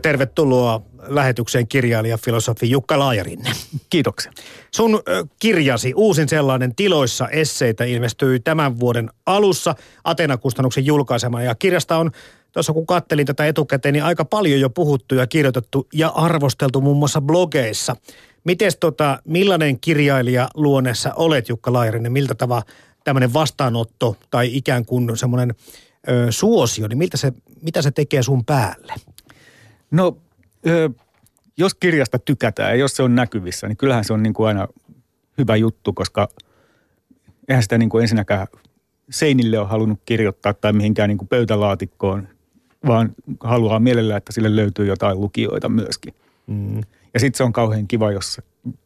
Tervetuloa lähetykseen kirjailija, filosofi Jukka Laajarinne. Kiitoksia. Sun kirjasi, uusin sellainen, Tiloissa esseitä, ilmestyi tämän vuoden alussa Athena-kustannuksen julkaisemana. Ja kirjasta on, tuossa kun kattelin tätä etukäteen, niin aika paljon jo puhuttu ja kirjoitettu ja arvosteltu muun muassa blogeissa. Mites millainen kirjailija luonneessa olet, Jukka Laajarinne? Miltä tämmöinen vastaanotto tai ikään kuin semmoinen suosio, niin mitä se tekee sun päälle? No, jos kirjasta tykätään ja jos se on näkyvissä, niin kyllähän se on niin kuin aina hyvä juttu, koska eihän sitä niin kuin ensinnäkään seinille ole halunnut kirjoittaa tai mihinkään niin kuin pöytälaatikkoon, vaan haluaa mielellään, että sille löytyy jotain lukijoita myöskin. Mm. Ja sitten se on kauhean kiva, jos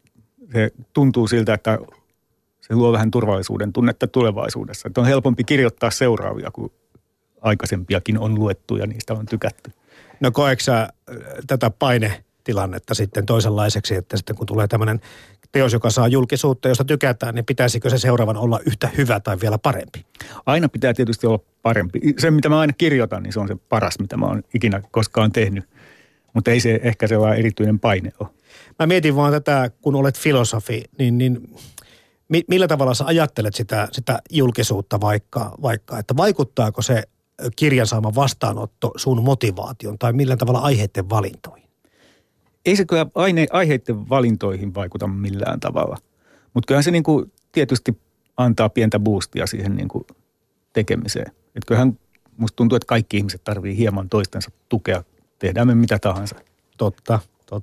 se tuntuu siltä, että se luo vähän turvallisuuden tunnetta tulevaisuudessa. Että on helpompi kirjoittaa seuraavia, kun aikaisempiakin on luettu ja niistä on tykätty. No koetko sä tätä painetilannetta sitten toisenlaiseksi, että sitten kun tulee tämmöinen teos, joka saa julkisuutta, josta tykätään, niin pitäisikö se seuraavan olla yhtä hyvä tai vielä parempi? Aina pitää tietysti olla parempi. Se, mitä mä aina kirjoitan, niin se on se paras, mitä mä oon ikinä koskaan tehnyt. Mutta ei se ehkä sellainen erityinen paine ole. Mä mietin vaan tätä, kun olet filosofi, niin millä tavalla sä ajattelet sitä julkisuutta vaikka, että vaikuttaako se kirjan saama vastaanotto sun motivaation tai millä tavalla aiheiden valintoihin? Ei se kyllä aiheiden valintoihin vaikuta millään tavalla, mutta kyllähän se niinku tietysti antaa pientä boostia siihen niinku tekemiseen. Et kyllähän musta tuntuu, että kaikki ihmiset tarvii hieman toistensa tukea, tehdään me mitä tahansa. Totta.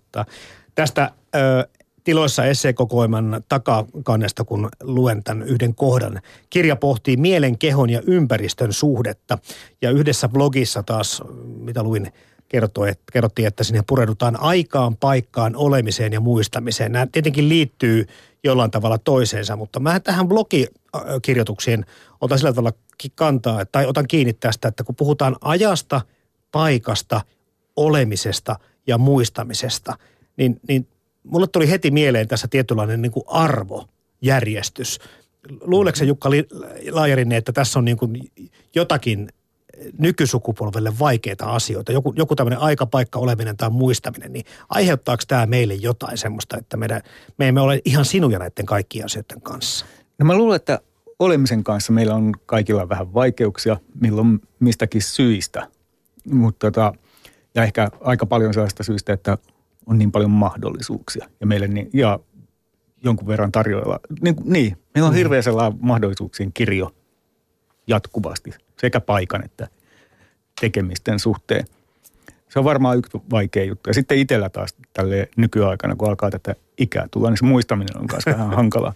Tästä Tiloissa esseekokoelman takakannesta, kun luen tämän yhden kohdan. Kirja pohtii mielen, kehon ja ympäristön suhdetta. Ja yhdessä blogissa taas, mitä luin, kerrottiin, että sinne pureudutaan aikaan, paikkaan, olemiseen ja muistamiseen. Nämä tietenkin liittyy jollain tavalla toiseensa, mutta mä tähän blogikirjoituksiin otan sillä tavalla kantaa, tai otan kiinni tästä, että kun puhutaan ajasta, paikasta, olemisesta ja muistamisesta, niin mulle tuli heti mieleen tässä tietynlainen niin kuin arvojärjestys. Luuleeko Jukka Laajarinne, että tässä on niin kuin jotakin nykysukupolvelle vaikeita asioita, joku tämmöinen aikapaikka, oleminen tai muistaminen, niin aiheuttaako tämä meille jotain semmoista, että me emme ole ihan sinuja näiden kaikkien asioiden kanssa? No mä luulen, että olemisen kanssa meillä on kaikilla vähän vaikeuksia, milloin mistäkin syistä, mutta ja ehkä aika paljon sellaista syistä, että on niin paljon mahdollisuuksia ja meille ja jonkun verran tarjoilla. Niin, meillä on hirveä sellainen mahdollisuuksien kirjo jatkuvasti, sekä paikan että tekemisten suhteen. Se on varmaan yksi vaikea juttu. Ja sitten itsellä taas tälle nykyaikana, kun alkaa tätä ikää tulla, niin se muistaminen on myös vähän hankalaa.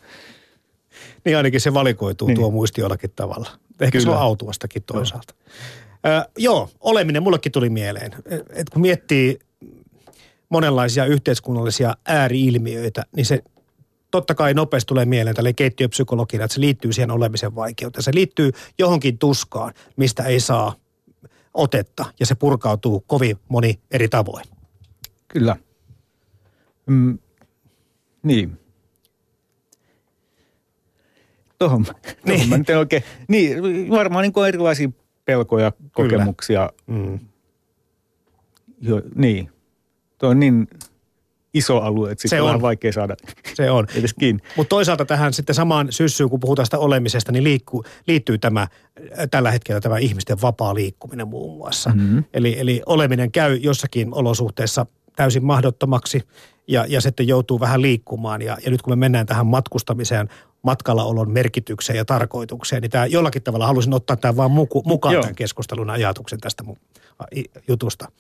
Niin ainakin se valikoituu tuo muisti jollakin tavalla. Ehkä kyllä. Se on autuastakin toisaalta. Joo, oleminen mullekin tuli mieleen. Et kun miettii monenlaisia yhteiskunnallisia ääriilmiöitä, niin se totta kai nopeasti tulee mieleen tälle keittiöpsykologina, että se liittyy siihen olemisen vaikeuteen. Se liittyy johonkin tuskaan, mistä ei saa otetta, ja se purkautuu kovin moni eri tavoin. Kyllä. Niin. Tuohon mä nyt en oikein. Niin, varmaan niin kuin erilaisia pelkoja, kokemuksia. Niin. Tuo on niin iso alue, että sitten on vähän vaikea saada se on edes kiinni. Mutta toisaalta tähän sitten samaan syssyyn, kun puhutaan sitä olemisesta, niin liittyy tällä hetkellä tämä ihmisten vapaa liikkuminen muun muassa. Mm-hmm. Eli oleminen käy jossakin olosuhteessa täysin mahdottomaksi ja sitten joutuu vähän liikkumaan. Ja nyt kun me mennään tähän matkustamiseen, matkallaolon merkitykseen ja tarkoitukseen, niin tämä jollakin tavalla halusin ottaa tämän vaan mukaan tämän keskustelun ajatuksen tästä jutusta.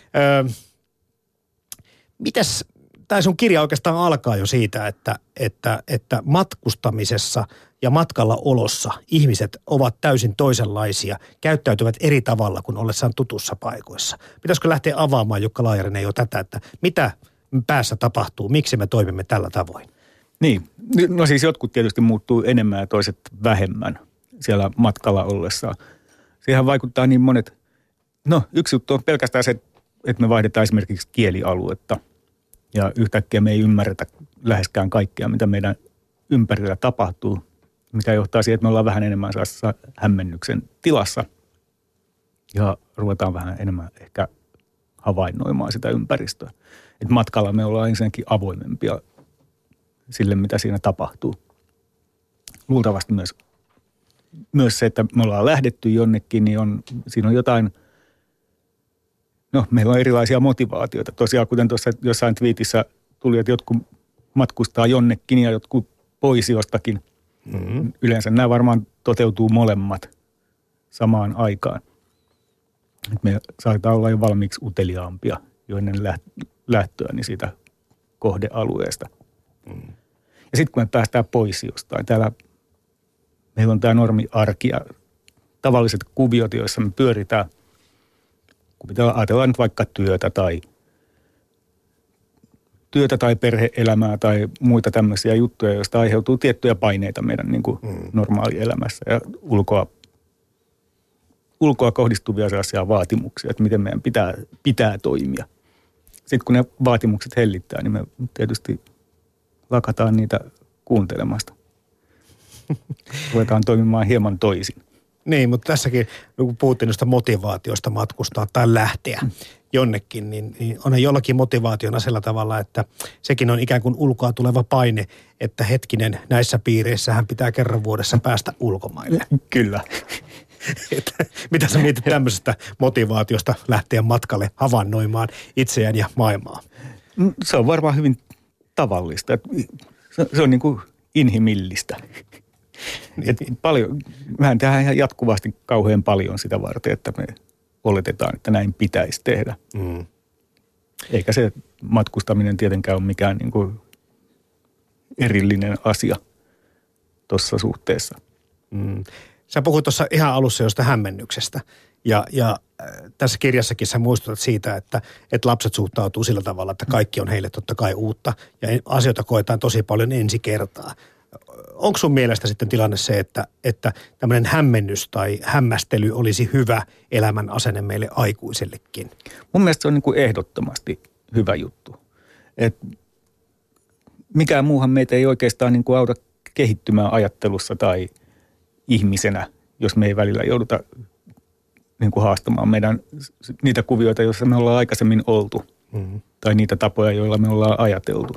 Mitäs, tämä sun kirja oikeastaan alkaa jo siitä, että matkustamisessa ja matkalla olossa ihmiset ovat täysin toisenlaisia, käyttäytyvät eri tavalla kuin ollessaan tutussa paikoissa. Pitäisikö lähteä avaamaan, Jukka Laajarinne, jo tätä, että mitä päässä tapahtuu, miksi me toimimme tällä tavoin? Niin, no siis jotkut tietysti muuttuu enemmän ja toiset vähemmän siellä matkalla ollessaan. Siihen vaikuttaa niin monet, no yksi juttu on pelkästään se, että me vaihdetaan esimerkiksi kielialuetta ja yhtäkkiä me ei ymmärretä läheskään kaikkea, mitä meidän ympärillä tapahtuu, mikä johtaa siihen, että me ollaan vähän enemmän sellaisessa hämmennyksen tilassa ja ruvetaan vähän enemmän ehkä havainnoimaan sitä ympäristöä. Et matkalla me ollaan ensinnäkin avoimempia sille, mitä siinä tapahtuu. Luultavasti myös se, että me ollaan lähdetty jonnekin, niin siinä on jotain, meillä on erilaisia motivaatioita. Tosiaan, kuten tuossa jossain twiitissä tuli, että jotkut matkustaa jonnekin ja jotkut pois jostakin. Mm-hmm. Yleensä nämä varmaan toteutuu molemmat samaan aikaan. Et me saattaa olla jo valmiiksi uteliaampia jo ennen lähtöä niin siitä kohdealueesta. Mm. Ja sitten kun me päästään pois jostain, meillä on tämä normi-arki ja tavalliset kuviot, joissa me pyöritään. Ajatellaan nyt vaikka työtä tai perhe-elämää tai muita tämmöisiä juttuja, joista aiheutuu tiettyjä paineita meidän niin kuin normaalielämässä ja ulkoa kohdistuvia sellaisia vaatimuksia, että miten meidän pitää toimia. Sitten kun ne vaatimukset hellittää, niin me tietysti lakataan niitä kuuntelemasta. Ruvetaan toimimaan hieman toisin. Niin, mutta tässäkin, kun puhuttiin noista motivaatiosta matkustaa tai lähteä jonnekin, niin on jollakin motivaationa sillä tavalla, että sekin on ikään kuin ulkoa tuleva paine, että hetkinen, näissä piireissähän pitää kerran vuodessa päästä ulkomaille. Kyllä. Mitä sä mietit tämmöisestä motivaatiosta lähteä matkalle havainnoimaan itseään ja maailmaa? Se on varmaan hyvin tavallista. Se on niin kuin inhimillistä. Mehän tehdään ihan jatkuvasti kauhean paljon sitä varten, että me oletetaan, että näin pitäisi tehdä. Mm. Eikä se matkustaminen tietenkään ole mikään niin kuin erillinen asia tuossa suhteessa. Mm. Sä puhuit tuossa ihan alussa jostain hämmennyksestä. Ja tässä kirjassakin sä muistutat siitä, että lapset suhtautuu sillä tavalla, että kaikki on heille totta kai uutta. Ja asioita koetaan tosi paljon ensi kertaa. Onko sun mielestä sitten tilanne se, että tämmöinen hämmennys tai hämmästely olisi hyvä elämän asenne meille aikuisellekin? Mun mielestä se on niin kuin ehdottomasti hyvä juttu. Et mikään muuhan meitä ei oikeastaan niin kuin auta kehittymään ajattelussa tai ihmisenä, jos me ei välillä jouduta niin kuin haastamaan niitä kuvioita, joissa me ollaan aikaisemmin oltu. Mm-hmm. Tai niitä tapoja, joilla me ollaan ajateltu.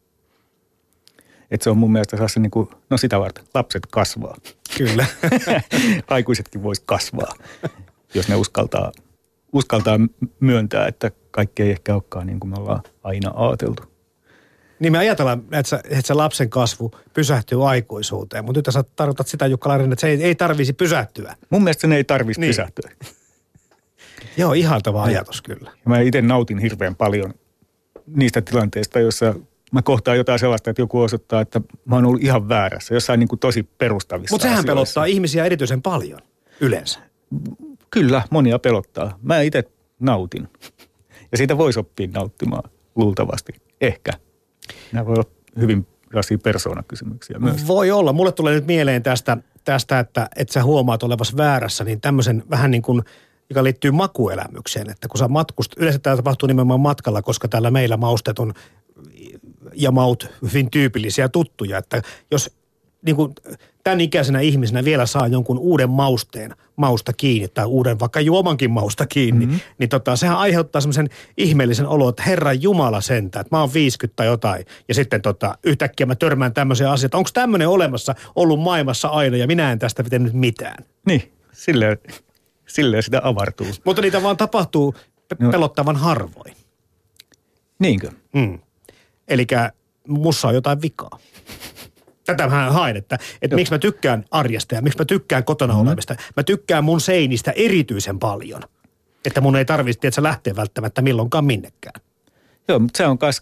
Että se on mun mielestä sellaisen niin kuin, sitä varten, lapset kasvaa. Kyllä. Aikuisetkin vois kasvaa, jos ne uskaltaa myöntää, että kaikki ei ehkä olekaan niin kuin me ollaan aina ajateltu. Niin me ajatellaan, että se lapsen kasvu pysähtyy aikuisuuteen, mutta nyt sä tarkoitat sitä, Jukka Larin, että se ei tarvitsisi pysähtyä. Mun mielestä sen ei tarvitsisi pysähtyä. Joo, ihaltava ajatus kyllä. Ja mä itse nautin hirveän paljon niistä tilanteista, joissa mä kohtaan jotain sellaista, että joku osoittaa, että mä oon ollut ihan väärässä, jossain niin kuin tosi perustavissa Mutta sehän pelottaa ihmisiä erityisen paljon yleensä. Kyllä, monia pelottaa. Mä itse nautin. Ja siitä voisi oppia nauttimaan luultavasti. Ehkä. Nämä voi olla hyvin sellaisia persoonakysymyksiä myös. Voi olla. Mulle tulee nyt mieleen tästä että sä huomaat olevasi väärässä, niin tämmöisen vähän niin kuin, joka liittyy makuelämykseen. Että kun sä yleensä tämä tapahtuu nimenomaan matkalla, koska täällä meillä mausteet on ja maut hyvin tyypillisiä tuttuja, että jos niin kuin tämän ikäisenä ihmisenä vielä saa jonkun uuden mausta kiinni tai uuden vaikka juomankin mausta kiinni, niin sehän aiheuttaa semmoisen ihmeellisen olon, että Herran Jumala sentään, että mä oon 50 tai jotain ja sitten yhtäkkiä mä törmään tämmöisiä asioita. Onko tämmöinen olemassa ollut maailmassa aina ja minä en tästä pitänyt mitään? Niin, silleen sitä avartuu. Mutta niitä vaan tapahtuu pelottavan harvoin. Niinkö? Elikkä mussa on jotain vikaa. Tätä mä haen, että miksi mä tykkään arjesta ja miksi mä tykkään kotona olemista. Mä tykkään mun seinistä erityisen paljon. Että mun ei tarvitse lähteä välttämättä milloinkaan minnekään. Joo, mutta se on kanssa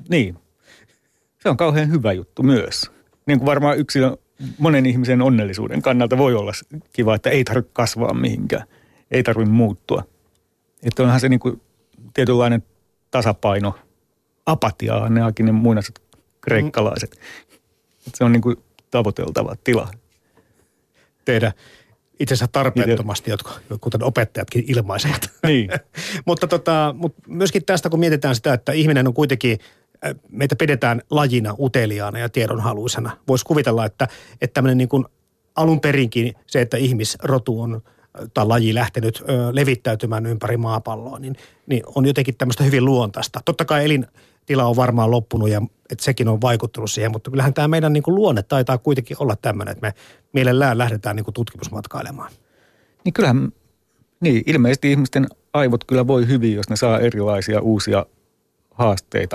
se on kauhean hyvä juttu myös. Niin kuin varmaan monen ihmisen onnellisuuden kannalta voi olla kiva, että ei tarvitse kasvaa mihinkään. Ei tarvitse muuttua. Että onhan se niin kuin tietynlainen tasapaino. Apatiaa nekin ne muinaiset kreikkalaiset. Se on niin kuin tavoiteltava tila. Tehdä itse asiassa tarpeettomasti, kuten opettajatkin ilmaisevat. Niin. mutta myöskin tästä, kun mietitään sitä, että ihminen on kuitenkin, meitä pidetään lajina uteliaana ja tiedonhaluisena. Voisi kuvitella, että tämmöinen niin kuin alun perinkin se, että ihmisrotu on tai laji lähtenyt levittäytymään ympäri maapalloa, niin on jotenkin tämmöistä hyvin luontaista. Totta kai elintila on varmaan loppunut ja että sekin on vaikuttanut siihen, mutta kyllähän tämä meidän niin kuin luonne taitaa kuitenkin olla tämmöinen, että me mielellään lähdetään niin kuin tutkimusmatkailemaan. Niin kyllähän, niin ilmeisesti ihmisten aivot kyllä voi hyvin, jos ne saa erilaisia uusia haasteita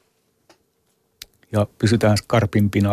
ja pysytään skarpimpina.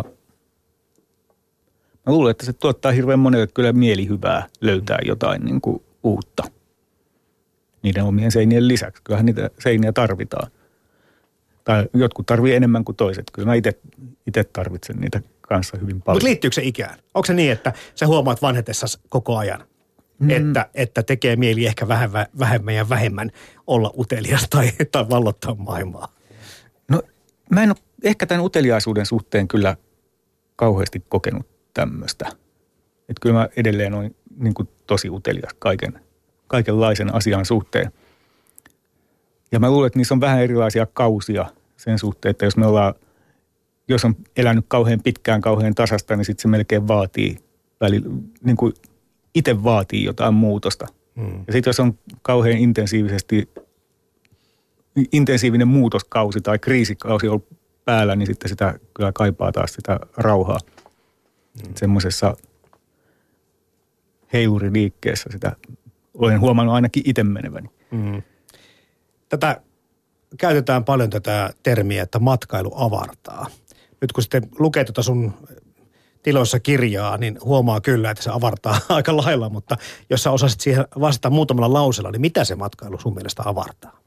Mä luulen, että se tuottaa hirveän monelle kyllä mielihyvää löytää jotain niin kuin uutta niiden omien seinien lisäksi. Kyllähän niitä seiniä tarvitaan. Tai jotkut tarvii enemmän kuin toiset. Kyllä mä itse tarvitsen niitä kanssa hyvin paljon. Mutta liittyykö se ikään? Onko se niin, että sä huomaat vanhetessasi koko ajan, että tekee mieli ehkä vähemmän ja vähemmän olla utelias tai vallottaa maailmaa? No mä en ole ehkä tämän uteliaisuuden suhteen kyllä kauheasti kokenut tämmöistä. Että kyllä mä edelleen olen niin kuin tosi utelias kaikenlaisen asian suhteen. Ja mä luulen, että niissä on vähän erilaisia kausia sen suhteen, että jos on elänyt kauhean pitkään, kauhean tasasta, niin sitten se melkein vaatii, niin kuin itse vaatii jotain muutosta. Ja sitten jos on kauhean intensiivinen muutoskausi tai kriisikausi on päällä, niin sitten sitä kyllä kaipaa taas sitä rauhaa. Semmoisessa heiluriliikkeessä sitä olen huomannut ainakin itse meneväni. Tätä käytetään paljon tätä termiä, että matkailu avartaa. Nyt kun sitten lukee tuota sun tiloissa kirjaa, niin huomaa kyllä, että se avartaa aika lailla, mutta jos sä osasit siihen vastata muutamalla lauseella, niin mitä se matkailu sun mielestä avartaa?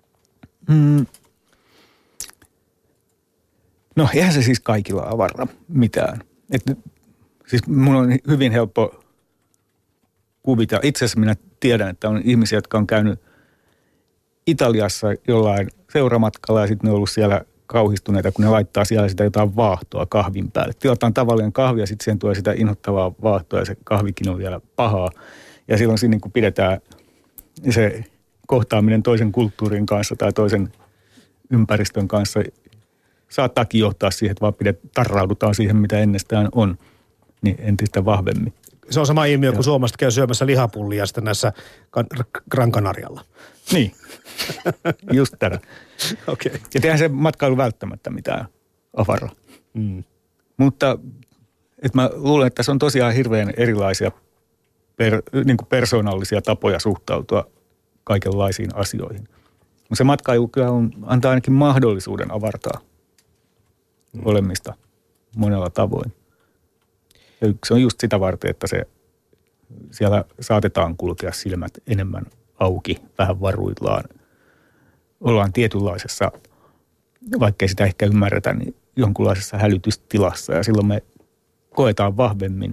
No eihän se siis kaikilla avarra mitään. Siis mun on hyvin helppo kuvitella. Itse asiassa minä tiedän, että on ihmisiä, jotka on käynyt Italiassa jollain seuramatkalla ja sitten ne on ollut siellä kauhistuneita, kun ne laittaa siellä sitä jotain vaahtoa kahvin päälle. Tilataan tavallinen kahvi ja sitten siihen tulee sitä inhottavaa vaahtoa ja se kahvikin on vielä pahaa. Ja silloin siinä niin kuin pidetään se kohtaaminen toisen kulttuurin kanssa tai toisen ympäristön kanssa saattaakin johtaa siihen, että vaan tarraudutaan siihen, mitä ennestään on, niin entistä vahvemmin. Se on sama ilmiö, kun Suomesta käy syömässä lihapullia sitten näissä Gran Canarialla. Niin, just tätä. Okay. Ja tehdään se matkailu välttämättä mitään avara. Mutta mä luulen, että tässä on tosiaan hirveän erilaisia niin kuin persoonallisia tapoja suhtautua kaikenlaisiin asioihin. Mutta se matkailu kyllä antaa ainakin mahdollisuuden avartaa olemista monella tavoin. Ja yksi on just sitä varten, että siellä saatetaan kulkea silmät enemmän auki, vähän varuillaan. Ollaan tietynlaisessa, vaikkei sitä ehkä ymmärretä, niin jonkunlaisessa hälytystilassa ja silloin me koetaan vahvemmin.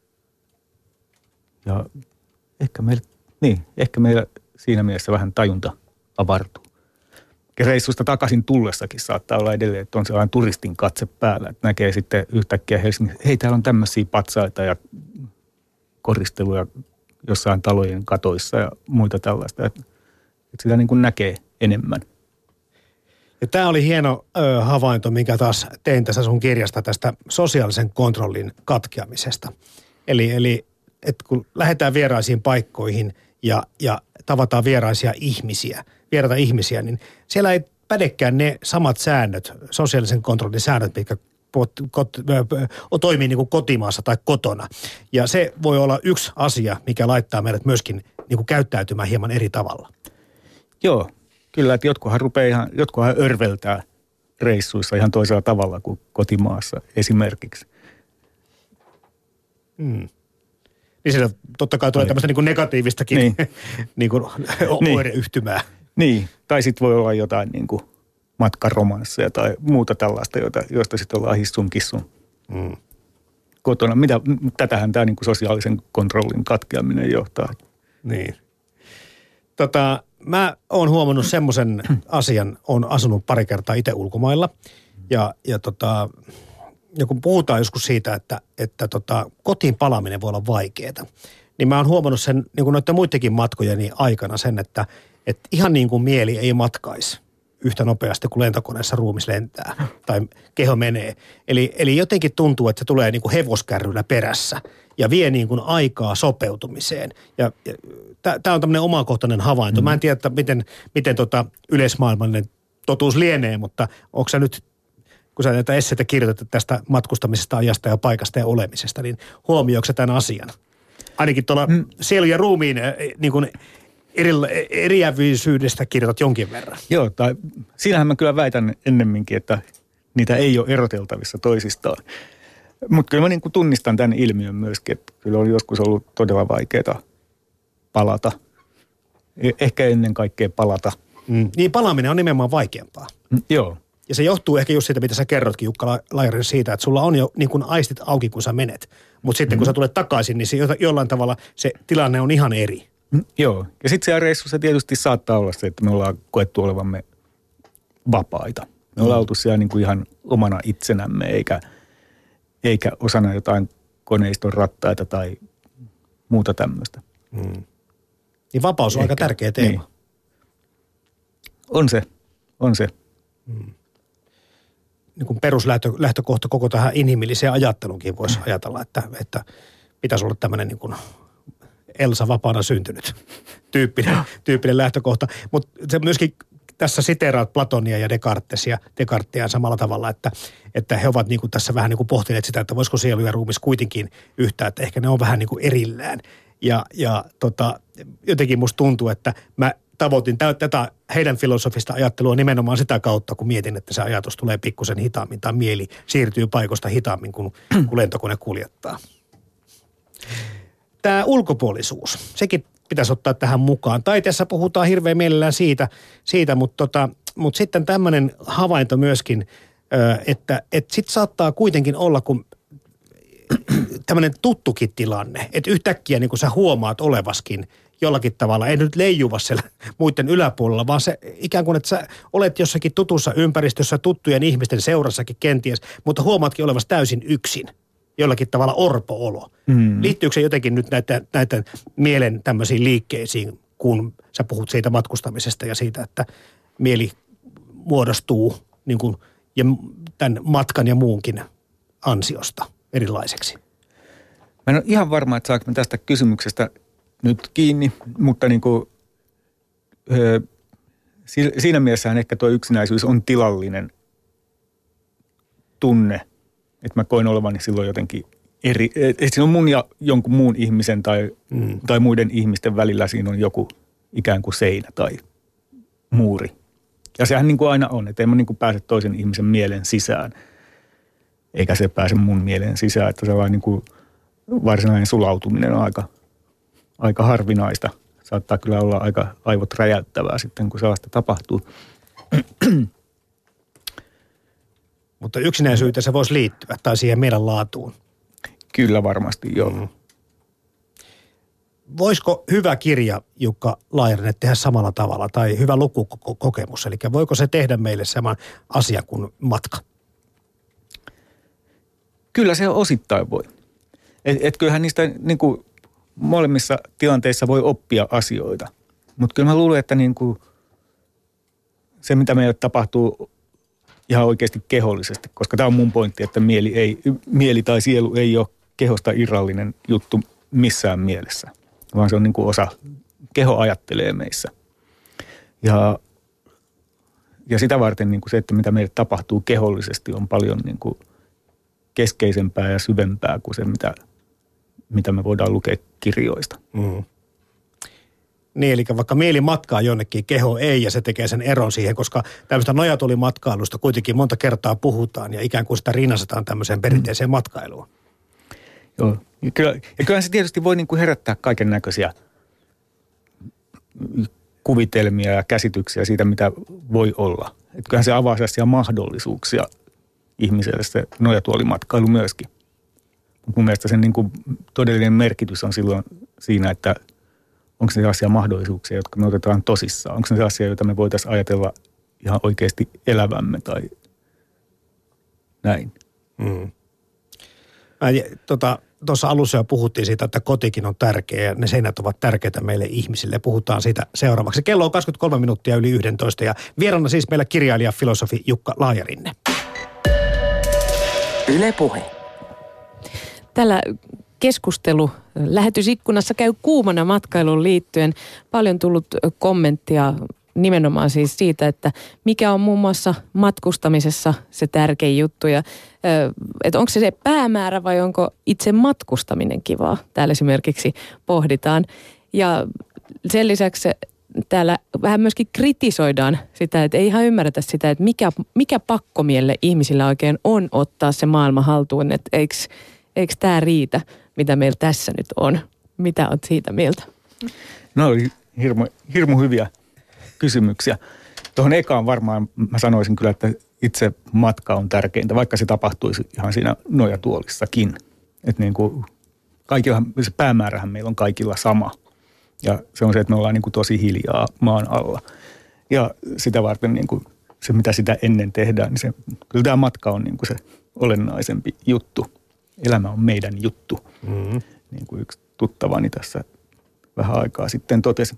Ja ehkä meillä siinä mielessä vähän tajunta avartuu. Reissusta takaisin tullessakin saattaa olla edelleen, että on sellainen turistin katse päällä, että näkee sitten yhtäkkiä Helsingissä, hei täällä on tämmöisiä patsaita ja koristeluja jossain talojen katoissa ja muita tällaista, että sitä niin kuin näkee enemmän. Ja tämä oli hieno havainto, minkä taas tein tässä sun kirjasta tästä sosiaalisen kontrollin katkeamisesta. Eli että kun lähdetään vieraisiin paikkoihin ja tavataan vieraita ihmisiä, niin siellä ei pädekään ne samat säännöt, sosiaalisen kontrollin säännöt, mitkä toimii niin kuin kotimaassa tai kotona. Ja se voi olla yksi asia, mikä laittaa meidät myöskin niin kuin käyttäytymään hieman eri tavalla. Joo, kyllä, että jotkuhan örveltää reissuissa ihan toisella tavalla kuin kotimaassa esimerkiksi. Niin siellä totta kai tulee tämmöistä niin kuin negatiivistakin niin kuin oireyhtymää. Niin, tai sitten voi olla jotain niin kuin matkaromansseja tai muuta tällaista, joista sitten ollaan hissun kissun kotona. Tätähän tämä niin kuin sosiaalisen kontrollin katkeaminen johtaa. Niin. Mä oon huomannut semmoisen asian, oon asunut pari kertaa itse ulkomailla ja kun puhutaan joskus siitä, että kotiin palaaminen voi olla vaikeaa, niin mä oon huomannut sen niin kuin noiden muidenkin matkojeni aikana sen, että ihan niin kuin mieli ei matkaisi yhtä nopeasti kuin lentokoneessa ruumis lentää tai keho menee. Eli jotenkin tuntuu, että se tulee niin kuin hevoskärryllä perässä ja vie niin kuin aikaa sopeutumiseen. Ja tämä on tämmöinen omakohtainen havainto. Mä en tiedä, että miten yleismaailmallinen totuus lienee, mutta onko sä nyt, kun sä näitä esseitä kirjoitat tästä matkustamisesta, ajasta ja paikasta ja olemisesta, niin huomioiko sä tämän asian? Ainakin tuolla sielun ja ruumiin niin kuin eriävyisyydestä kirjoitat jonkin verran. Joo, tai siinähän mä kyllä väitän ennemminkin, että niitä ei ole eroteltavissa toisistaan. Mutta kyllä mä niin kuin tunnistan tämän ilmiön myöskin, että kyllä on joskus ollut todella vaikeaa palata. Ehkä ennen kaikkea palata. Niin palaaminen on nimenomaan vaikeampaa. Joo. Ja se johtuu ehkä just siitä, mitä sä kerrotkin Jukka Laijarin siitä, että sulla on jo niin kuin aistit auki, kun sä menet. Mutta sitten kun sä tulet takaisin, niin se jollain tavalla se tilanne on ihan eri. Joo. Ja sitten siellä reissussa tietysti saattaa olla se, että me ollaan koettu olevamme vapaita. Me ollaan oltu siellä niin kuin ihan omana itsenämme, eikä osana jotain koneiston rattaita tai muuta tämmöistä. Niin vapaus on aika tärkeä teema. Niin. On se. Niin kuin peruslähtökohta koko tähän inhimilliseen ajatteluunkin voisi ajatella, että pitäisi olla tämmöinen niin kuin Elsa vapaana syntynyt tyyppinen lähtökohta. Mutta se myöskin tässä siteeraat Platonia ja Descartesia samalla tavalla, että he ovat niin kuin tässä vähän niin kuin pohtineet sitä, että voisiko sielu ja ruumis kuitenkin yhtä, että ehkä ne on vähän niin kuin erillään. Ja jotenkin musta tuntuu, että mä tavoitin tätä heidän filosofista ajattelua nimenomaan sitä kautta, kun mietin, että se ajatus tulee pikkusen hitaammin tai mieli siirtyy paikoista hitaammin, kun lentokone kuljettaa. Tämä ulkopuolisuus, sekin pitäisi ottaa tähän mukaan. Taiteessa puhutaan hirveän mielellään siitä mutta sitten tämmöinen havainto myöskin, että sitten saattaa kuitenkin olla, kun tämmöinen tuttukin tilanne, että yhtäkkiä niin kun sä huomaat olevaskin jollakin tavalla, ei nyt leijuva siellä muiden yläpuolella, vaan se ikään kuin, että sä olet jossakin tutussa ympäristössä, tuttujen ihmisten seurassakin kenties, mutta huomaatkin olevasi täysin yksin. Jollakin tavalla orpo-olo. Liittyykö se jotenkin nyt näitä mielen tämmöisiin liikkeisiin, kun sä puhut siitä matkustamisesta ja siitä, että mieli muodostuu niin kuin, ja tämän matkan ja muunkin ansiosta erilaiseksi? Mä en ole ihan varma, että saanko tästä kysymyksestä nyt kiinni, mutta niin kuin, siinä mielessähän ehkä tuo yksinäisyys on tilallinen tunne, että mä koin olevani silloin jotenkin eri, että siinä on mun ja jonkun muun ihmisen tai muiden ihmisten välillä siinä on joku ikään kuin seinä tai muuri. Ja sehän niin kuin aina on, että en mä niin kuin pääse toisen ihmisen mielen sisään, eikä se pääse mun mielen sisään, että sellainen niin kuin varsinainen sulautuminen on aika harvinaista. Saattaa kyllä olla aika aivot räjäyttävää sitten, kun sellaista tapahtuu. Mutta yksinäisyyteen se voisi liittyä tai siihen meidän laatuun. Kyllä varmasti, joo. Voisiko hyvä kirja, Jukka Laijanen, tehdä samalla tavalla tai hyvä lukukokemus? Eli voiko se tehdä meille saman asian kuin matka? Kyllä se osittain voi. Et kyllähän niistä niin kuin molemmissa tilanteissa voi oppia asioita. Mutta kyllä mä luulen, että niin kuin se, mitä meille tapahtuu ihan oikeasti kehollisesti, koska tämä on mun pointti, että mieli tai sielu ei ole kehosta irrallinen juttu missään mielessä, vaan se on niin kuin osa, keho ajattelee meissä. Ja sitä varten niin kuin se, että mitä meille tapahtuu kehollisesti, on paljon niin kuin keskeisempää ja syvempää kuin se, mitä me voidaan lukea kirjoista. Niin, eli vaikka mieli matkaa jonnekin, keho ei, ja se tekee sen eron siihen, koska tämmöistä nojatulimatkailusta kuitenkin monta kertaa puhutaan, ja ikään kuin sitä rinnastetaan tämmöiseen perinteiseen matkailuun. Joo, ja kyllähän se tietysti voi niin kuin herättää kaiken näköisiä kuvitelmia ja käsityksiä siitä, mitä voi olla. Että kyllähän se avaa sellaisia mahdollisuuksia ihmiselle se nojatuolimatkailu myöskin. Mun mielestä sen niin kuin todellinen merkitys on silloin siinä, että onko ne sellaisia mahdollisuuksia, jotka me otetaan tosissaan? Onko ne sellaisia, joita me voitaisiin ajatella ihan oikeasti elävämme tai näin? Tuossa alussa jo puhuttiin siitä, että kotikin on tärkeä ja ne seinät ovat tärkeitä meille ihmisille. Puhutaan siitä seuraavaksi. Kello on 23 minuuttia yli 11 ja vieraana siis meillä kirjailija, filosofi Jukka Laajarinne. Yle Puhe. Tällä keskustelu lähetysikkunassa käy kuumana matkailuun liittyen. Paljon tullut kommenttia nimenomaan siis siitä, että mikä on muun muassa matkustamisessa se tärkein juttu ja että onko se päämäärä vai onko itse matkustaminen kivaa. Täällä esimerkiksi pohditaan ja sen lisäksi täällä vähän myöskin kritisoidaan sitä, että ei ihan ymmärretä sitä, että mikä pakkomielle ihmisillä oikein on ottaa se maailma haltuun, että eikö tämä riitä, mitä meillä tässä nyt on. Mitä olet siitä mieltä? No oli hirmu hyviä kysymyksiä. Tuohon ekaan varmaan mä sanoisin kyllä, että itse matka on tärkeintä, vaikka se tapahtuisi ihan siinä nojatuolissakin. Että niin kuin se päämäärähän meillä on kaikilla sama. Ja se on se, että me ollaan niin kuin tosi hiljaa maan alla. Ja sitä varten niin kuin se, mitä sitä ennen tehdään, niin kyllä tämä matka on niin kuin se olennaisempi juttu. Elämä on meidän juttu, niin kuin yksi tuttavani tässä vähän aikaa sitten totesi.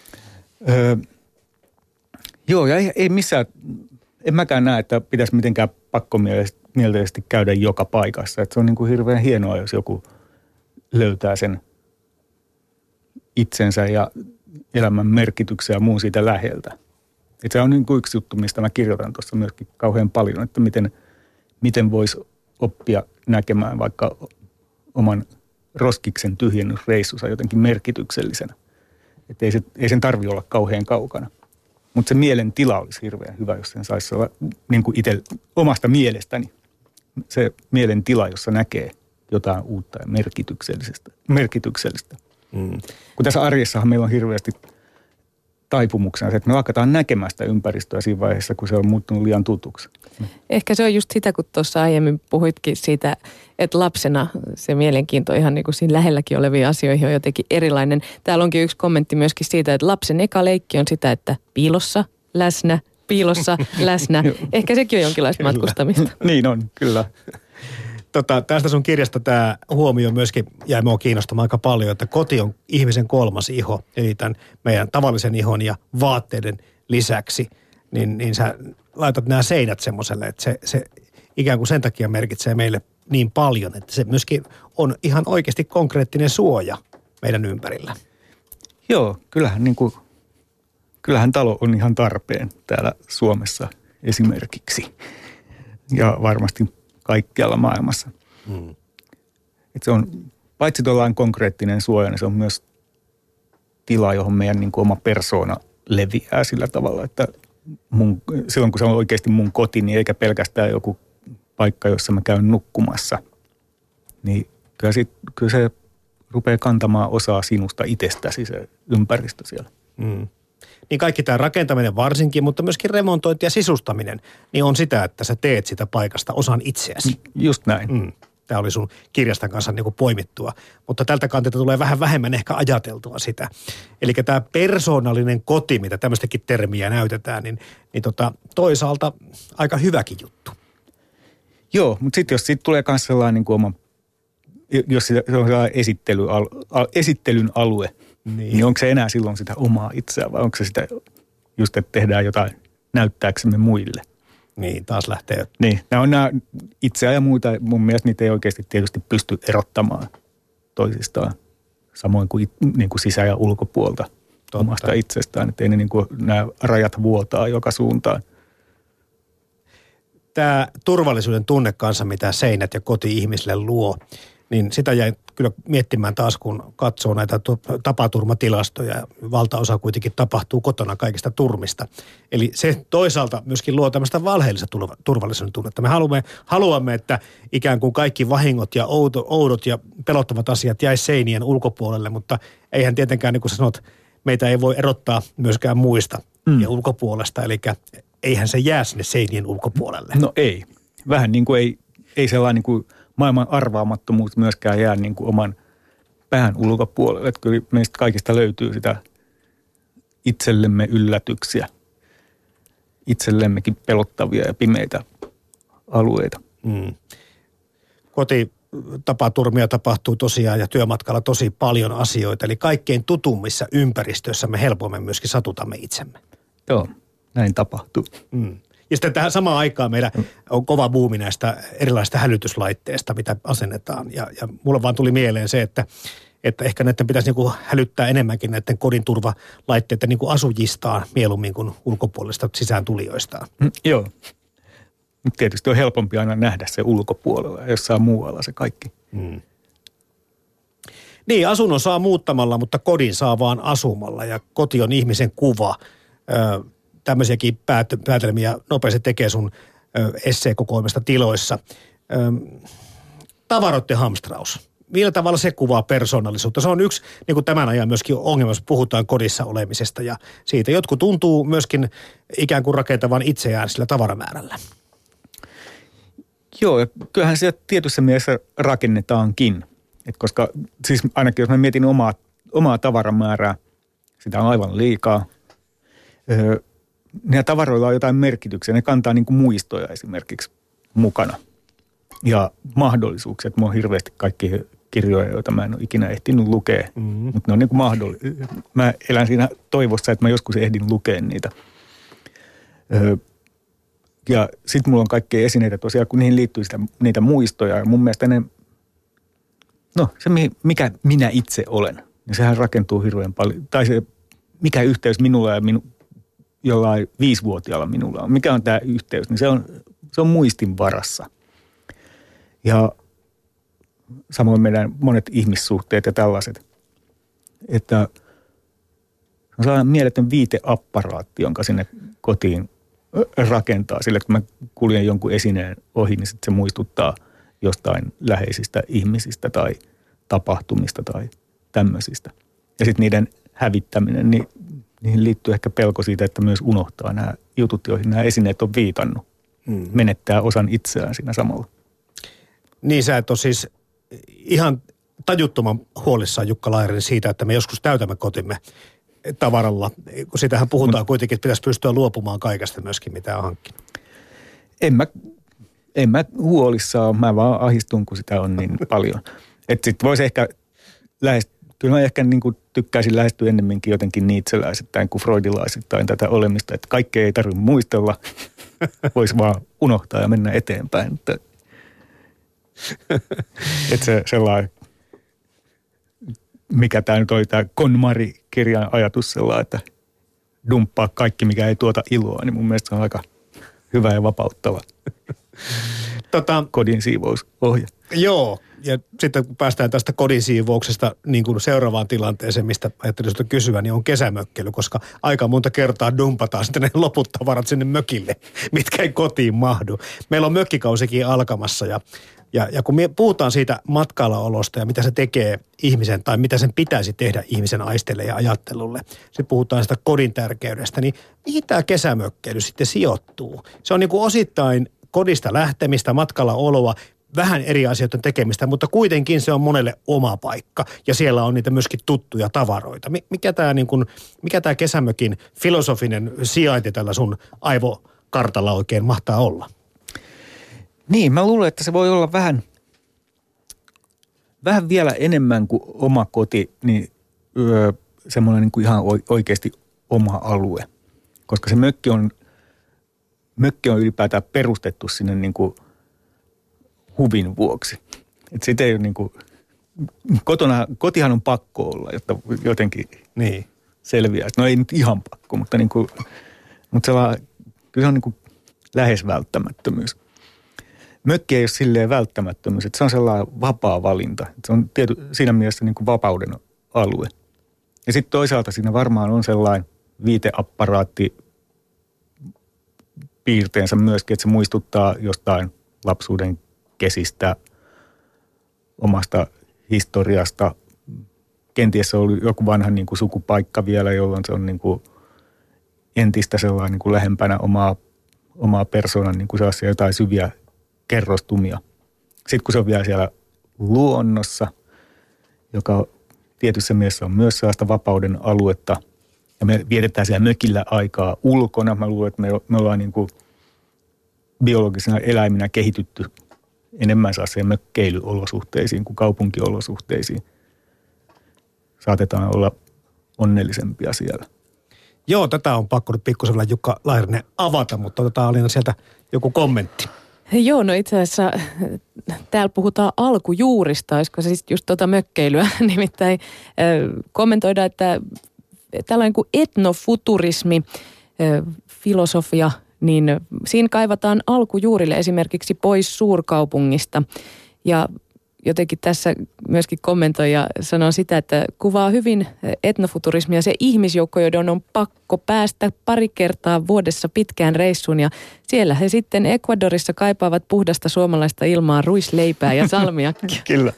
Joo, ja ei missään, en mäkään näe, että pitäisi mitenkään pakkomielteisesti käydä joka paikassa. Että se on niin kuin hirveän hienoa, jos joku löytää sen itsensä ja elämän merkityksen ja muun siitä läheltä. Että se on niin kuin yksi juttu, mistä mä kirjoitan tuossa myöskin kauhean paljon, että miten voisi oppia näkemään vaikka oman roskiksen tyhjennysreissunsa jotenkin merkityksellisenä. Että ei sen tarvitse olla kauhean kaukana. Mutta se mielen tila olisi hirveän hyvä, jos sen saisi olla niin kuin itse omasta mielestäni. Se mielen tila, jossa näkee jotain uutta ja merkityksellistä. Kun tässä arjessahan meillä on hirveästi taipumuksena se, että me lakataan näkemään sitä ympäristöä siinä vaiheessa, kun se on muuttunut liian tutuksi. Ehkä se on just sitä, kun tuossa aiemmin puhuitkin siitä, että lapsena se mielenkiinto ihan niin kuin siinä lähelläkin oleviin asioihin on jotenkin erilainen. Täällä onkin yksi kommentti myöskin siitä, että lapsen eka leikki on sitä, että piilossa, läsnä, Ehkä sekin on jonkinlaista matkustamista. Niin on, kyllä. Tästä sun kirjasta tämä huomio myöskin jäi mua kiinnostamaan aika paljon, että koti on ihmisen kolmas iho, eli tämän meidän tavallisen ihon ja vaatteiden lisäksi, niin sä laitat nämä seinät semmoiselle, että se ikään kuin sen takia merkitsee meille niin paljon, että se myöskin on ihan oikeasti konkreettinen suoja meidän ympärillä. Joo, kyllähän talo on ihan tarpeen täällä Suomessa esimerkiksi ja varmasti kaikkialla maailmassa. Et se on, paitsi tuollainen konkreettinen suoja, niin se on myös tila, johon meidän niin kuin oma persoona leviää sillä tavalla, että silloin kun se on oikeasti mun koti, niin eikä pelkästään joku paikka, jossa mä käyn nukkumassa, niin kyllä se rupeaa kantamaan osaa sinusta itsestäsi se ympäristö siellä. Niin kaikki tämä rakentaminen varsinkin, mutta myöskin remontointi ja sisustaminen, niin on sitä, että sä teet sitä paikasta osan itseäsi. Just näin. Tämä oli sun kirjastan kanssa niin kuin poimittua, mutta tältä kantilta tulee vähän vähemmän ehkä ajateltua sitä. Eli tämä persoonallinen koti, mitä tämmöistäkin termiä näytetään, niin toisaalta aika hyväkin juttu. Joo, mutta sitten jos siitä tulee myös sellainen niin kuin oma, jos se on sellainen esittelyn alue, niin onko se enää silloin sitä omaa itseä vai onko se sitä just, että tehdään jotain näyttääksemme muille? Niin, taas lähtee. Niin, nämä on nämä itseä ja muita. Mun mielestä niitä ei oikeasti tietysti pysty erottamaan toisistaan. Samoin kuin, niin kuin sisä- ja ulkopuolta omasta itsestään. Että ei ne niin kuin, nämä rajat vuotaa joka suuntaan. Tämä turvallisuuden tunne kanssa, mitä seinät ja koti ihmisille luo, niin sitä jäi kyllä miettimään taas, kun katsoo näitä tapaturmatilastoja. Valtaosa kuitenkin tapahtuu kotona kaikista turmista. Eli se toisaalta myöskin luo tämmöistä valheellista turvallisuuden tunnetta. Me haluamme, että ikään kuin kaikki vahingot ja oudot ja pelottavat asiat jäisi seinien ulkopuolelle, mutta eihän tietenkään, niin kuin sanot, meitä ei voi erottaa myöskään muista ja ulkopuolesta. Eli eihän se jää sinne seinien ulkopuolelle. No ei. Vähän niin kuin ei sellainen niin kuin maailman arvaamattomuus myöskään jää niin kuin oman pään ulkopuolelle. Että kyllä meistä kaikista löytyy sitä itsellemme yllätyksiä, itsellemmekin pelottavia ja pimeitä alueita. Kotitapaturmia tapahtuu tosiaan ja työmatkalla tosi paljon asioita. Eli kaikkein tutummissa ympäristöissä me helpommin myöskin satutamme itsemme. Joo, näin tapahtuu. Ja sitten tähän samaan aikaan meillä on kova buumi näistä erilaisista hälytyslaitteista, mitä asennetaan. Ja mulla vaan tuli mieleen se, että ehkä näiden pitäisi niinku hälyttää enemmänkin näiden kodin turvalaitteiden niinku asujistaan mieluummin kuin ulkopuolista sisään tulijoistaan. Joo. Tietysti on helpompi aina nähdä se ulkopuolella ja jossain muualla se kaikki. Niin, asunnon saa muuttamalla, mutta kodin saa vaan asumalla ja koti on ihmisen kuva. Tämmöisiäkin päätelmiä nopeasti tekee sun esseekokoelmasta tiloissa. Tavaroiden hamstraus. Millä tavalla se kuvaa persoonallisuutta? Se on yksi niin kuin tämän ajan myöskin ongelma, jos puhutaan kodissa olemisesta ja siitä. Jotkut tuntuu myöskin ikään kuin rakentavan itseään sillä tavaramäärällä. Joo, ja kyllähän se tietyssä mielessä rakennetaankin. Koska siis ainakin jos mä mietin omaa tavaramäärää, sitä on aivan liikaa. Ne tavaroilla on jotain merkityksiä. Ne kantaa niin kuin muistoja esimerkiksi mukana. Ja mahdollisuuksia. Mulla on hirveästi kaikki kirjoja, joita mä en ole ikinä ehtinyt lukea. Mutta ne on niin kuin mä elän siinä toivossa, että mä joskus ehdin lukea niitä. Ja sitten mulla on kaikkia esineitä tosiaan, kun niihin liittyy niitä muistoja. Ja mun mielestä se mikä minä itse olen, niin sehän rakentuu hirveän paljon. Tai se, mikä yhteys minulla ja jollain 5-vuotiaalla minulla on. Mikä on tämä yhteys, niin se on muistin varassa. Ja samoin meidän monet ihmissuhteet ja tällaiset. Että on sellainen mieletön viiteapparaatti, jonka sinne kotiin rakentaa. Sillä kun mä kuljen jonkun esineen ohi, niin sitten se muistuttaa jostain läheisistä ihmisistä tai tapahtumista tai tämmöisistä. Ja sitten niiden hävittäminen, niin niihin liittyy ehkä pelko siitä, että myös unohtaa nämä jutut, joihin nämä esineet on viitannut. Menettää osan itseään siinä samalla. Niin sä et ole siis ihan tajuttoman huolissaan Jukka Lairen siitä, että me joskus täytämme kotimme tavaralla. Kun sitähän puhutaan kuitenkin, että pitäisi pystyä luopumaan kaikesta myöskin, mitä on hankkinut. En mä huolissaan, mä vaan ahistun, kun sitä on niin paljon. Että sit voisi ehkä kyllä mä ehkä niin kuin tykkäisin lähestyä ennemminkin jotenkin niitseläisittäin kuin freudilaisittain tätä olemista, että kaikkea ei tarvitse muistella, voisi vaan unohtaa ja mennä eteenpäin. Että se sellainen, mikä tämä nyt oli, tämä KonMari-kirjan ajatus sellainen, että dumppaa kaikki, mikä ei tuota iloa, niin mun mielestä se on aika hyvä ja vapauttava kodin siivousohje. Joo, ja sitten kun päästään tästä kodin siivouksesta niin kuin seuraavaan tilanteeseen, mistä ajattelin sinulta kysyä, niin on kesämökkely, koska aika monta kertaa dumpataan sitten ne loput tavarat sinne mökille, mitkä ei kotiin mahdu. Meillä on mökkikausikin alkamassa ja kun me puhutaan siitä matkailuolosta ja mitä se tekee ihmisen tai mitä sen pitäisi tehdä ihmisen aisteelle ja ajattelulle, sitten puhutaan sitä kodin tärkeydestä, niin mihin tämä kesämökkeily sitten sijoittuu? Se on niin kuin osittain kodista lähtemistä, matkalla oloa, vähän eri asioiden tekemistä, mutta kuitenkin se on monelle oma paikka ja siellä on niitä myöskin tuttuja tavaroita. Mikä tämä kesämökin filosofinen sijainti tällä sun aivokartalla oikein mahtaa olla? Niin, mä luulen, että se voi olla vähän vielä enemmän kuin oma koti, niin semmoinen niin kuin ihan oikeasti oma alue. Koska se mökki on ylipäätään perustettu sinne niin kuin huvin vuoksi. Että sitä ei ole niin kuin, kotihan on pakko olla, jotta jotenkin selviää. No ei nyt ihan pakko, mutta kyllä se on niin kuin lähes välttämättömyys. Mökki ei ole silleen välttämättömyys, että se on sellainen vapaa valinta. Että se on siinä mielessä niin kuin vapauden alue. Ja sitten toisaalta siinä varmaan on sellainen viiteapparaatti piirteensä myöskin, että se muistuttaa jostain lapsuuden kesistä, omasta historiasta. Kenties se oli joku vanha niin kuin sukupaikka vielä, jolloin se on niin kuin entistä sellainen niin kuin lähempänä omaa persoonan niin kuin sellaisia jotain syviä kerrostumia. Sitten kun se on vielä siellä luonnossa, joka tietyssä mielessä on myös sellaista vapauden aluetta, ja me vietetään siellä mökillä aikaa ulkona. Mä luulen, että me ollaan niin kuin biologisena eläiminä kehitytty enemmän sellaisiin mökkeilyolosuhteisiin kuin kaupunkiolosuhteisiin. Saatetaan olla onnellisempia siellä. Joo, tätä on pakko nyt pikkusen vielä Jukka Laihinen avata, mutta otetaan Alina sieltä joku kommentti. Joo, no itse asiassa täällä puhutaan alkujuurista, olisiko se siis just mökkeilyä, nimittäin kommentoidaan, että tällainen kuin etnofuturismi, filosofia, niin siinä kaivataan alkujuurille esimerkiksi pois suurkaupungista. Ja jotenkin tässä myöskin kommentoija sanoo sitä, että kuvaa hyvin etnofuturismia se ihmisjoukko, joiden on pakko päästä pari kertaa vuodessa pitkään reissuun. Ja siellä he sitten Ecuadorissa kaipaavat puhdasta suomalaista ilmaa, ruisleipää ja salmiakkia. Kyllä.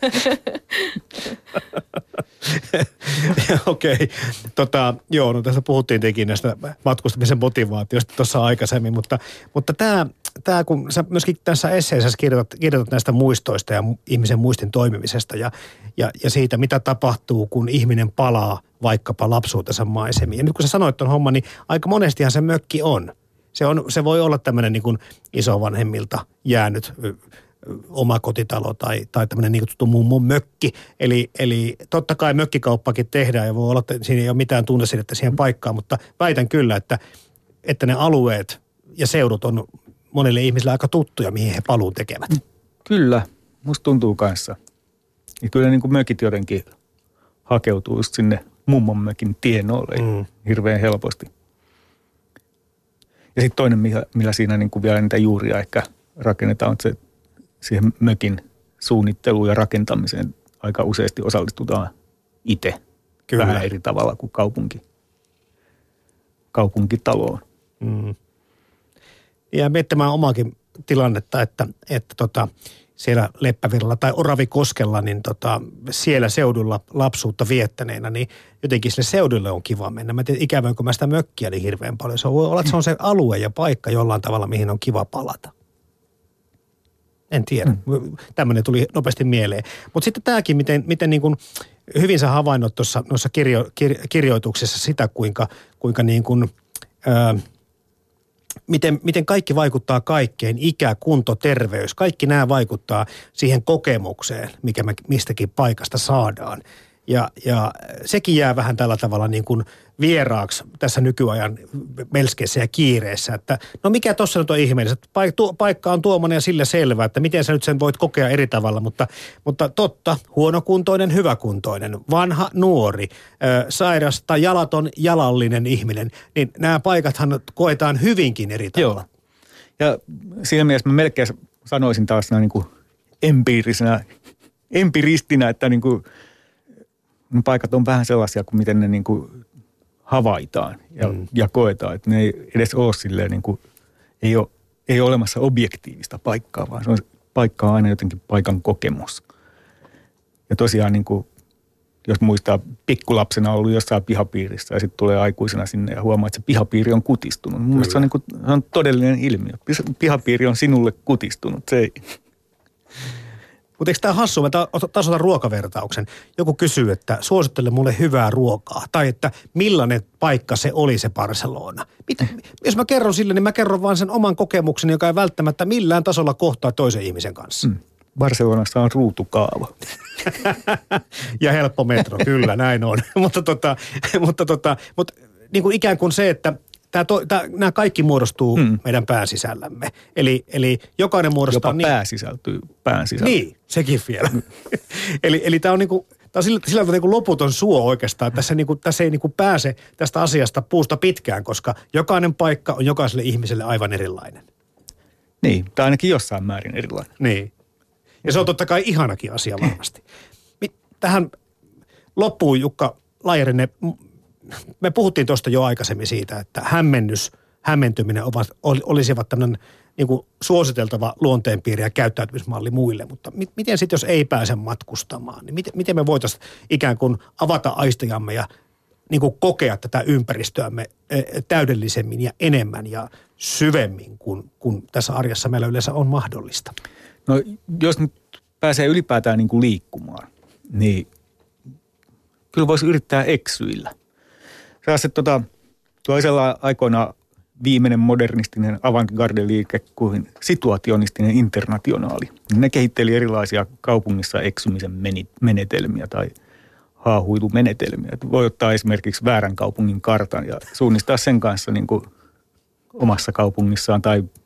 Okei. Joo, no tässä puhuttiin tekin näistä matkustamisen motivaatiosta tuossa aikaisemmin, mutta tämä kun sä myöskin tässä esseessä kirjoitat näistä muistoista ja ihmisen muistin toimimisesta ja siitä, mitä tapahtuu, kun ihminen palaa vaikkapa lapsuutensa maisemiin. Ja nyt kun sä sanoit ton homman, niin aika monestihan se mökki on. Se voi olla tämmöinen niin kuin isovanhemmilta jäänyt omakotitalo tai tämmöinen niin kutsuttu mummon mökki. Eli totta kai mökkikauppakin tehdään ja voi olla, että siinä ei ole mitään tunnesidettä siihen paikkaan, mutta väitän kyllä, että ne alueet ja seudut on monille ihmisille aika tuttuja, mihin he paluun tekevät. Kyllä, musta tuntuu kanssa. Ja kyllä niin kuin mökit jotenkin hakeutuu just sinne mummon mökin tienoille hirveän helposti. Ja sitten toinen, millä siinä niin kuin vielä niitä juuria ehkä rakennetaan, on se siihen mökin suunnitteluun ja rakentamiseen aika useasti osallistutaan itse. Kyllä. Vähän eri tavalla kuin kaupunkitaloon. Ja miettimään omaakin tilannetta, että siellä Leppävirralla tai Oravikoskella, niin siellä seudulla lapsuutta viettäneenä, niin jotenkin sille seudulle on kiva mennä. Mä tiedän, ikävöinkö mä sitä mökkiä niin hirveän paljon. Se voi olla, että se on se alue ja paikka jollain tavalla, mihin on kiva palata. En tiedä. Tämmöinen tuli nopeasti mieleen. Mutta sitten tämäkin, miten niin kuin hyvin sä havainnot tuossa noissa kirjoituksissa sitä, kuinka niin kuin, miten kaikki vaikuttaa kaikkeen, ikä, kunto, terveys, kaikki nämä vaikuttaa siihen kokemukseen, mikä me mistäkin paikasta saadaan. Ja sekin jää vähän tällä tavalla niin kuin vieraaksi tässä nykyajan melskeessä ja kiireessä, että no mikä tuossa nyt on ihmeellistä, paikka on tuommoinen ja sillä selvä, että miten sä nyt sen voit kokea eri tavalla, mutta totta, huonokuntoinen, hyväkuntoinen, vanha, nuori, sairas tai jalaton, jalallinen ihminen, niin nämä paikathan koetaan hyvinkin eri tavalla. Joo. Ja siinä mielessä mä melkein sanoisin taas niin kuin empiristinä, että niin kuin paikat on vähän sellaisia kuin miten ne niin kuin havaitaan ja koetaan. Että ne ei edes ole silleen niin kuin, ei ole olemassa objektiivista paikkaa, vaan se on paikka on aina jotenkin paikan kokemus. Ja tosiaan niin kuin, jos muistaa pikkulapsena ollut jossain pihapiirissä ja sitten tulee aikuisena sinne ja huomaa, että se pihapiiri on kutistunut. Mun mielestä se on, niin kuin, se on todellinen ilmiö. Pihapiiri on sinulle kutistunut. Se ei. Mutta eikö tämä hassu? Mä taas otan ruokavertauksen. Joku kysyy, että suosittele mulle hyvää ruokaa. Tai että millainen paikka se oli se Barcelona. Jos mä kerron sille, niin mä kerron vaan sen oman kokemukseni, joka ei välttämättä millään tasolla kohtaa toisen ihmisen kanssa. Barcelonassa on ruutukaava. Ja helppo metro, kyllä näin on. mutta niin kuin ikään kuin se, että nämä kaikki muodostuu meidän pään sisällämme. Eli jokainen muodostaa... Jopa pää sisältyy pään sisällä. Niin, sekin vielä. eli tämä on niinku, sillä niinku loputon suo oikeastaan. Tässä ei niinku pääse tästä asiasta puusta pitkään, koska jokainen paikka on jokaiselle ihmiselle aivan erilainen. Niin, tai ainakin jossain määrin erilainen. Niin. Ja se on totta kai ihanakin asia varmasti. Tähän loppuun, Jukka Laihinen, me puhuttiin tuosta jo aikaisemmin siitä, että hämmentyminen olisivat tämmöinen niin kuin suositeltava luonteenpiiri ja käyttäytymismalli muille. Mutta miten sitten, jos ei pääse matkustamaan, niin miten me voitaisiin ikään kuin avata aistijamme ja niin kuin kokea tätä ympäristöämme täydellisemmin ja enemmän ja syvemmin kuin tässä arjessa meillä yleensä on mahdollista? No jos nyt pääsee ylipäätään niin kuin liikkumaan, niin kyllä voisi yrittää eksyillä. Toisella aikoina viimeinen modernistinen avantgarde-liike kuin situationistinen internationaali. Ne kehitteli erilaisia kaupungissa eksymisen menetelmiä tai haahuilumenetelmiä. Voi ottaa esimerkiksi väärän kaupungin kartan ja suunnistaa sen kanssa niin kuin omassa kaupungissaan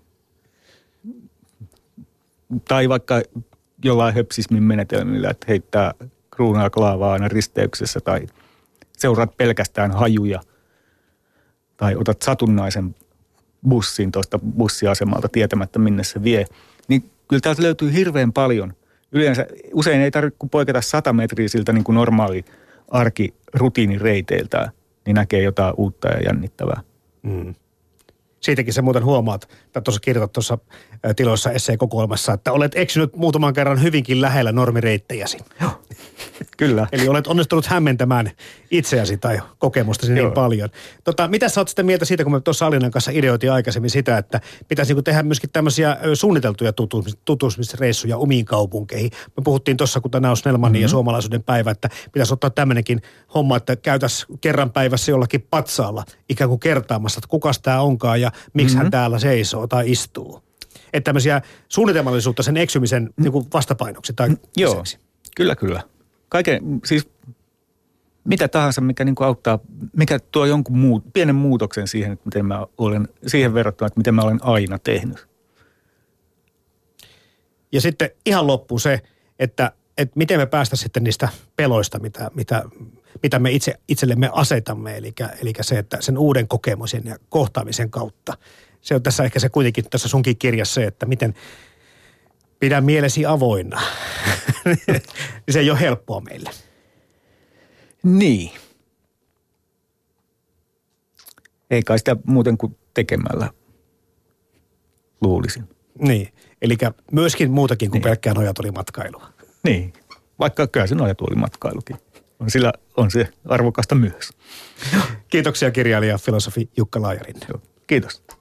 tai vaikka jollain höpsismin menetelmillä, että heittää kruunaa klaavaa aina risteyksessä tai seuraat pelkästään hajuja tai otat satunnaisen bussin tuosta bussiasemalta tietämättä minne se vie. Niin kyllä täältä löytyy hirveän paljon. Usein ei tarvitse poiketa 100 metriä siltä niin kuin normaali arkirutiinireiteiltä, niin näkee jotain uutta ja jännittävää. Mm. Siitäkin sä muuten huomaat, että tuossa kirjoitat tuossa tiloissa esseekokoelmassa, että olet eksynyt muutaman kerran hyvinkin lähellä normireittejäsi. Joo, kyllä. Eli olet onnistunut hämmentämään itseäsi tai kokemustasi niin paljon. Mitä sä oot sitä mieltä siitä, kun me tuossa Alinan kanssa ideoitiin aikaisemmin sitä, että pitäisi tehdä myöskin tämmöisiä suunniteltuja tutustumisreissuja omiin kaupunkeihin. Me puhuttiin tuossa, kun tänään on Snellmanin ja suomalaisuuden päivä, että pitäisi ottaa tämmöinenkin homma, että käytäisiin kerran päivässä jollakin patsaalla ikään kuin kertaamassa, että kukas tämä onkaan ja miksi hän täällä seisoo tai istuu. Että tämmöisiä suunnitelmallisuutta sen eksymisen niin kuin vastapainoksi tai Joo, lisäksi. kyllä. Siis mitä tahansa, mikä niin kuin auttaa, mikä tuo jonkun pienen muutoksen siihen, että miten mä olen, siihen verrattuna, että miten mä olen aina tehnyt. Ja sitten ihan loppu se, että miten me päästä sitten niistä peloista, mitä me itsellemme asetamme, eli se, että sen uuden kokemuksen ja kohtaamisen kautta. Se on tässä ehkä se kuitenkin tässä sunkin kirjassa se, että miten pidä mielesi avoinna. Se ei ole helppoa meille. Niin. Ei kai sitä muuten kuin tekemällä luulisin. Niin, eli myöskin muutakin kuin pelkkää nojatuolimatkailua. Niin, vaikka kyllä se nojatuolimatkailukin. Sillä on se arvokasta myös. Kiitoksia kirjailija, filosofi Jukka Laajarinne. Kiitos.